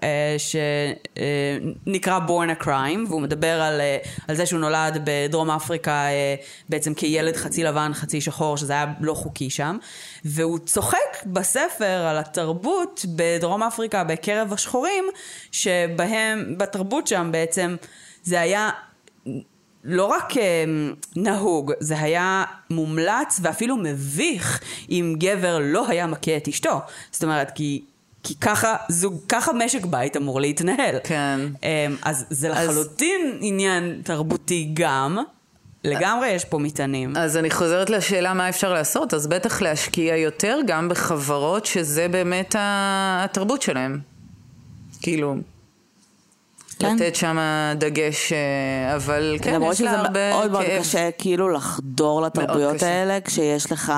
שנקרא Born a Crime, והוא מדבר על זה שהוא נולד בדרום אפריקה, בעצם כילד חצי לבן, חצי שחור, שזה היה לא חוקי שם, והוא צוחק בספר על התרבות בדרום אפריקה, בקרב השחורים, שבהם, בתרבות שם בעצם, זה היה... לא רק נהוג, זה היה מומלץ ואפילו מביך אם גבר לא היה מכה את אשתו. זאת אומרת, כי ככה משק בית אמור להתנהל. כן. אז זה לחלוטין עניין תרבותי גם. לגמרי יש פה מטענים. אז אני חוזרת לשאלה מה אפשר לעשות, אז בטח להשקיע יותר גם בחברות שזה באמת התרבות שלהם. כאילו... לתת שם דגש, אבל כן, למרות יש לה הרבה כאב. מאוד מאוד קשה כאילו לחדור לתרבויות האלה, כשיש לך,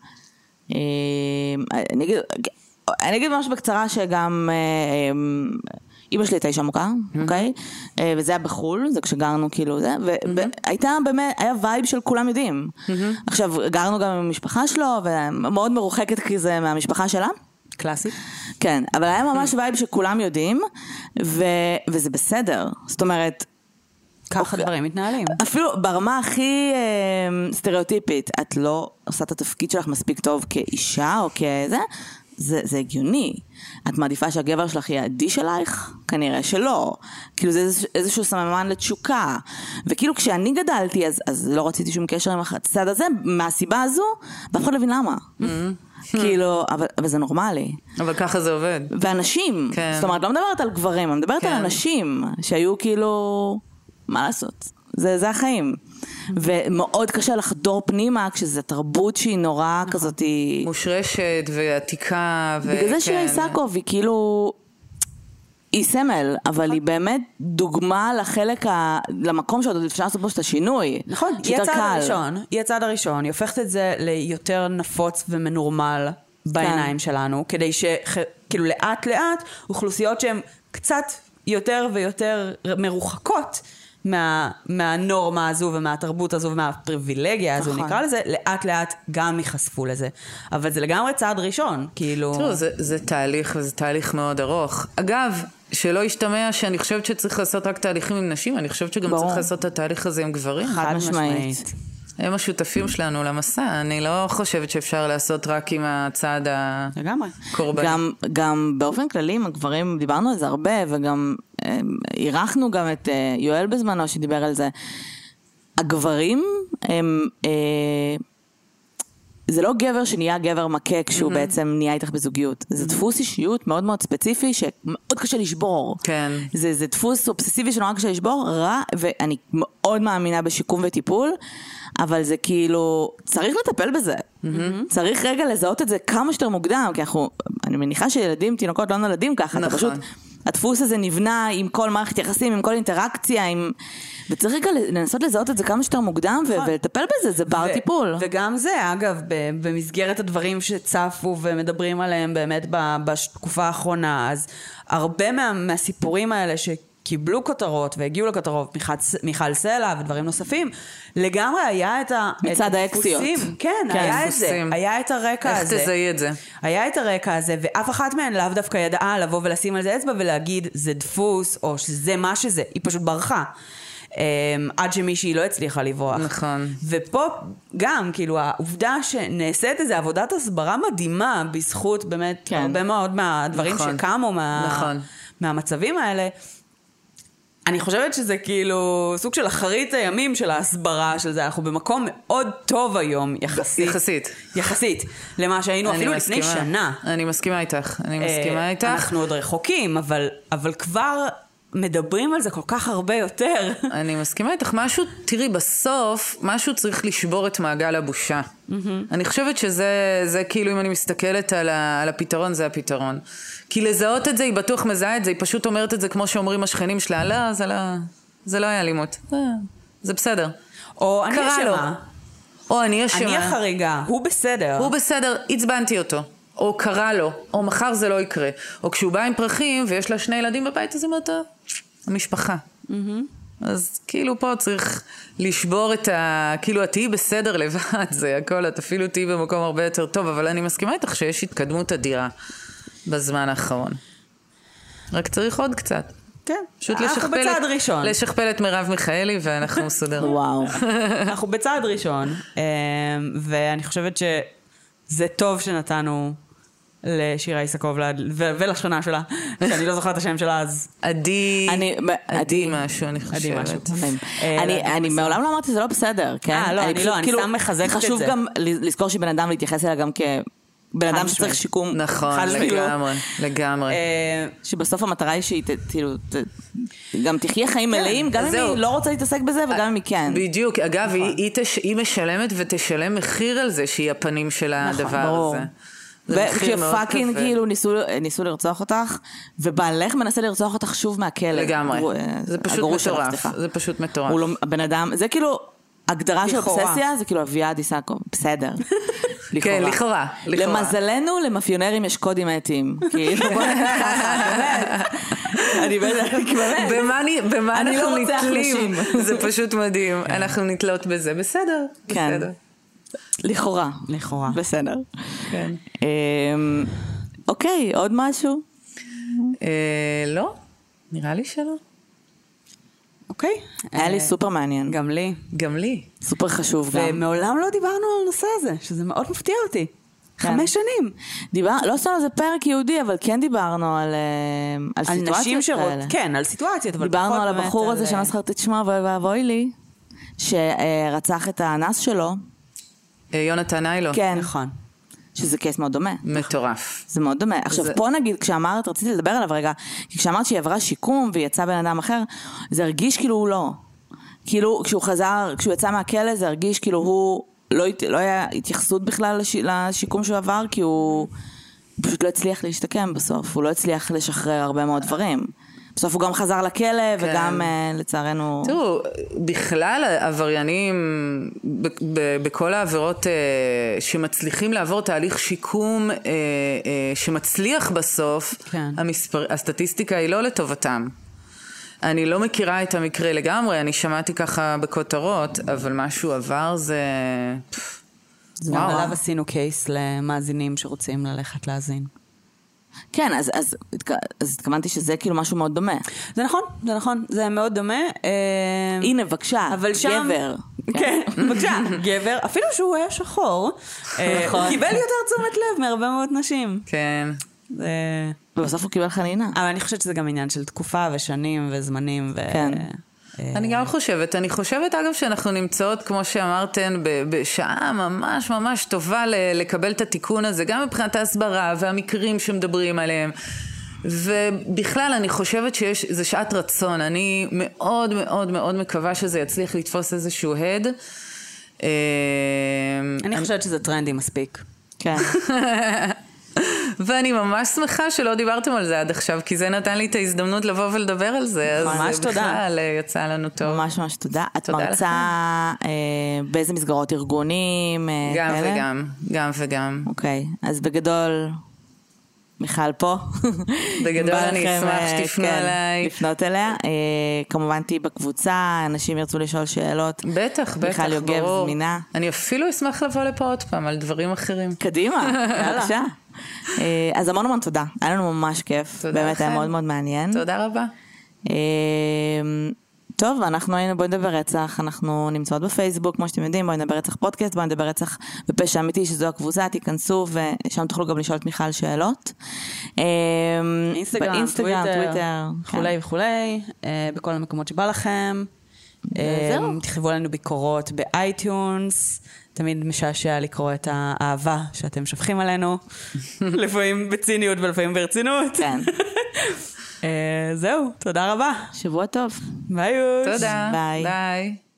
אני אגיד ממש בקצרה שגם, אמא שלי הייתה אישה מוכה, אוקיי? וזה היה בחול, זה כשגרנו כאילו זה, והייתה באמת, היה וייב של כולם יודעים. עכשיו, גרנו גם עם המשפחה שלו, ומאוד מרוחקת כזה מהמשפחה שלה. קלאסי. כן, אבל היה ממש וייב שכולם יודעים, וזה בסדר. זאת אומרת, ככה דברים מתנהלים. אפילו ברמה הכי סטריאוטיפית, את לא עושה את התפקיד שלך מספיק טוב כאישה או כזה, זה הגיוני. את מעדיפה שהגבר שלך יהיה אדיש אלייך? כנראה שלא. כאילו זה איזשהו סממן לתשוקה. וכאילו כשאני גדלתי, אז לא רציתי שום קשר עם הצד הזה, מהסיבה הזו, ואף אחד לא מבין למה. כאילו, אבל זה נורמלי. אבל ככה זה עובד. ואנשים, זאת אומרת, לא מדברת על גברים, אני מדברת על אנשים, שהיו כאילו, מה לעשות? זה החיים. ומאוד קשה לחדור פנימה, כשזו תרבות שהיא נורא כזאת, מושרשת ועתיקה. בגלל זה שירה איסקוב היא כאילו, היא סמל, אבל היא באמת דוגמה לחלק, למקום שעוד אפשר לעשות בו את השינוי. נכון, היא הצעד הראשון, היא הופכת את זה ליותר נפוץ ומנורמל בעיניים שלנו, כדי שכאילו לאט לאט אוכלוסיות שהן קצת יותר ויותר מרוחקות מהנורמה הזו ומהתרבות הזו ומהפריבילגיה הזו, נקרא לזה, לאט לאט גם ייחשפו לזה. אבל זה לגמרי צעד ראשון, כאילו... תראו, זה תהליך, וזה תהליך מאוד ארוך. אגב, שלא ישתמע שאני חושבת שצריך לעשות רק תהליכים עם נשים, אני חושבת שגם צריך לעשות את התהליך הזה עם גברים. חד משמעית. הם השותפים שלנו למסע, אני לא חושבת שאפשר לעשות רק עם הצעד הקורבני. גם באופן כללי עם הגברים דיברנו על זה הרבה, וגם אירחנו גם את יואל בזמנו שדיבר על זה. הגברים הם... זה לא גבר שנהיה גבר מכה כשהוא בעצם נהיה איתך בזוגיות. זה דפוס אישיות מאוד מאוד ספציפי שמאוד קשה לשבור. כן. זה דפוס אובססיבי שנורא קשה לשבור, רע, ואני מאוד מאמינה בשיקום וטיפול, אבל זה כאילו, צריך לטפל בזה. צריך רגע לזהות את זה כמה שיותר מוקדם, כי אני מניחה שילדים, תינוקות לא נולדים ככה, אתה פשוט... הדפוס הזה נבנה עם כל מערכת יחסים, עם כל אינטראקציה, וצריך רגע לנסות לזהות את זה כמה שיותר מוקדם, ולטפל בזה, זה בר טיפול. וגם זה, אגב, במסגרת הדברים שצפו ומדברים עליהם באמת בתקופה האחרונה, אז הרבה מהסיפורים האלה קיבלו כותרות והגיעו לכותרות, מיכל סלע ודברים נוספים, לגמרי היה את מצד האקסיות. כן, היה את זה. היה את הרקע הזה. איך תזהי את זה? היה את הרקע הזה, ואף אחת מהן לאו דווקא ידעה לבוא ולשים על זה אצבע ולהגיד, זה דפוס, או שזה מה שזה. היא פשוט ברחה. עד שמישהי לא הצליחה לברוח. נכון. ופה גם, כאילו, העובדה שנעשית איזו עבודת הסברה מדהימה, בזכות באמת הרבה מאוד מהדברים שקמו מהמצבים האלה, אני חושבת שזה כאילו סוג של אחרית הימים של ההסברה של זה. אנחנו במקום מאוד טוב היום, יחסית, למה שהיינו אפילו לפני שנה. אני מסכימה איתך, אנחנו עוד רחוקים, אבל כבר מדברים על זה כל כך הרבה יותר. אני מסכימה איתך, תראי, בסוף, משהו צריך לשבור את מעגל הבושה. אני חושבת שזה כאילו, אם אני מסתכלת על הפתרון, זה הפתרון. כי לזהות את זה, היא בטוח מזהה את זה, היא פשוט אומרת את זה כמו שאומרים השכנים שלה, לא, זה לא היה אלימות. זה בסדר. או אני אשמה. או אני אשמה. אני החריגה, הוא בסדר. הוא בסדר, הצבנתי אותו. או קרה לו, או מחר זה לא יקרה. או כשהוא בא עם פרחים ויש לה 2 ילדים בבית, אז היא אומרת, המשפחה. אז כאילו פה צריך לשבור את כאילו, את תהי בסדר לבד, זה הכל, את אפילו תהי במקום הרבה יותר טוב, אבל אני מסכימה איתך שיש התקדמות אדירה בזמן האחרון. רק צריך עוד קצת. כן. אנחנו בצעד ראשון. לשכפל את מרב מיכאלי ואנחנו מסודרים. וואו. אנחנו בצעד ראשון, ואני חושבת שזה טוב שנתנו לשירה איסקוב ולשכנה שלה, שאני לא זוכרת את השם שלה, אז... עדי משהו, אני חושבת. אני מעולם לא אמרתי, זה לא בסדר, כן? אני סתם מחזקת את זה. חשוב גם לזכור שבן אדם להתייחס אליה גם בן אדם שצריך שיקום. נכון, לגמרי. שבסוף המטרה היא שהיא גם תחיה חיים מלאים, גם אם היא לא רוצה להתעסק בזה וגם אם היא כן. בדיוק, אגב, היא משלמת ותשלם מחיר על זה שהיא הפנים של הדבר הזה. וכשפאקינג כאילו ניסו לרצוח אותך, ובעלך מנסה לרצוח אותך שוב מהכלא. לגמרי. זה פשוט מטורף. זה פשוט מטורף. הבן אדם, זה כאילו... הגדרה של אובססיה זה כאילו אביעד איסקוב, בסדר. כן, לכאורה. למזלנו, למאפיונרים יש קודים אתיים. כאילו, בוא נגיד ככה, באמת. במה אנחנו נתלים? זה פשוט מדהים. אנחנו נתלות בזה, בסדר. כן. לכאורה. בסדר. כן. אוקיי, עוד משהו? לא, נראה לי שלא. אוקיי. היה לי סופר מעניין. גם לי. גם לי. סופר חשוב גם. ומעולם לא דיברנו על הנושא הזה, שזה מאוד מפתיע אותי. כן. 5 שנים. לא עשינו על זה פרק יהודי, אבל כן דיברנו על סיטואציות כאלה. כן, על סיטואציות, אבל דיברנו פחות על באמת הבחור הזה שאני לא זכרתי את שמו, ואבוי לי, שרצח את האנס שלו. יונתן איילו. כן. נכון. שזה קייס מאוד דומה. מטורף. זה מאוד דומה. עכשיו, פה נגיד, כשאמרת, רציתי לדבר עליו רגע, כי כשאמרת שהיא עברה שיקום ויצא בן אדם אחר, זה הרגיש כאילו הוא לא. כאילו, כשהוא יצא מהכלא, זה הרגיש כאילו הוא לא היה התייחסות בכלל לשיקום שהוא עבר, כי הוא פשוט לא הצליח להשתקם בסוף. הוא לא הצליח לשחרר הרבה מאוד דברים. בסוף הוא גם חזר לכלא, וגם לצערנו... תראו, בכלל העבריינים, בכל העבירות שמצליחים לעבור תהליך שיקום, שמצליח בסוף, הסטטיסטיקה היא לא לטובתם. אני לא מכירה את המקרה לגמרי, אני שמעתי ככה בכותרות, אבל מה שהוא עבר זה... גם עליו עשינו קייס למאזינים שרוצים ללכת להאזין. כן, אז התכוונתי שזה כאילו משהו מאוד דומה. זה נכון, זה מאוד דומה. הנה, בבקשה, גבר. כן, בבקשה, גבר, אפילו שהוא היה שחור, קיבל יותר תשומת לב מהרבה מאוד נשים. כן. ובסוף הוא קיבל חנינה. אבל אני חושבת שזה גם עניין של תקופה ושנים וזמנים. כן. אני גם חושבת, אגב שאנחנו נמצאות, כמו שאמרתן, בשעה ממש ממש טובה לקבל את התיקון הזה, גם מבחינת ההסברה והמקרים שמדברים עליהם, ובכלל אני חושבת שזה שעת רצון, אני מאוד מאוד מאוד מקווה שזה יצליח לתפוס איזשהו הד. אני חושבת שזה טרנדי מספיק. כן. ואני ממש שמחה שלא דיברתם על זה עד עכשיו, כי זה נתן לי את ההזדמנות לבוא ולדבר על זה. ממש אז תודה. בכלל יצא לנו טוב. ממש ממש תודה. את מרצה באיזה מסגרות ארגונים? גם וגם, גם וגם. אוקיי, אז בגדול, מיכל פה. בגדול אני אשמח שתפנו אליי. לפנות אליה. כמובן תהי בקבוצה, אנשים ירצו לשאול שאלות. בטח, מיכל יוגב זמינה. אני אפילו אשמח לבוא לפה עוד פעם על דברים אחרים. קדימה, בבקשה. אז המון המון תודה, היה לנו ממש כיף, באמת היה מאוד מאוד מעניין. תודה רבה. טוב, אנחנו היינו בואי נדבר רצח, אנחנו נמצאות בפייסבוק, כמו שאתם יודעים, בואי נדבר רצח פודקאסט, בואי נדבר רצח בפשע אמיתי, שזו הקבוצה, תיכנסו ושם תוכלו גם לשאול את מיכל שאלות. אינסטגרם, טוויטר, וכולי וכולי, בכל המקומות שבא לכם. תכתבו לנו ביקורות באייטיונס, תמיד משעשע לקרוא את האהבה שאתם שופכים עלינו, לפעמים בציניות ולפעמים ברצינות. כן. זהו, תודה רבה. שבוע טוב. ביי. תודה. ביי. ביי.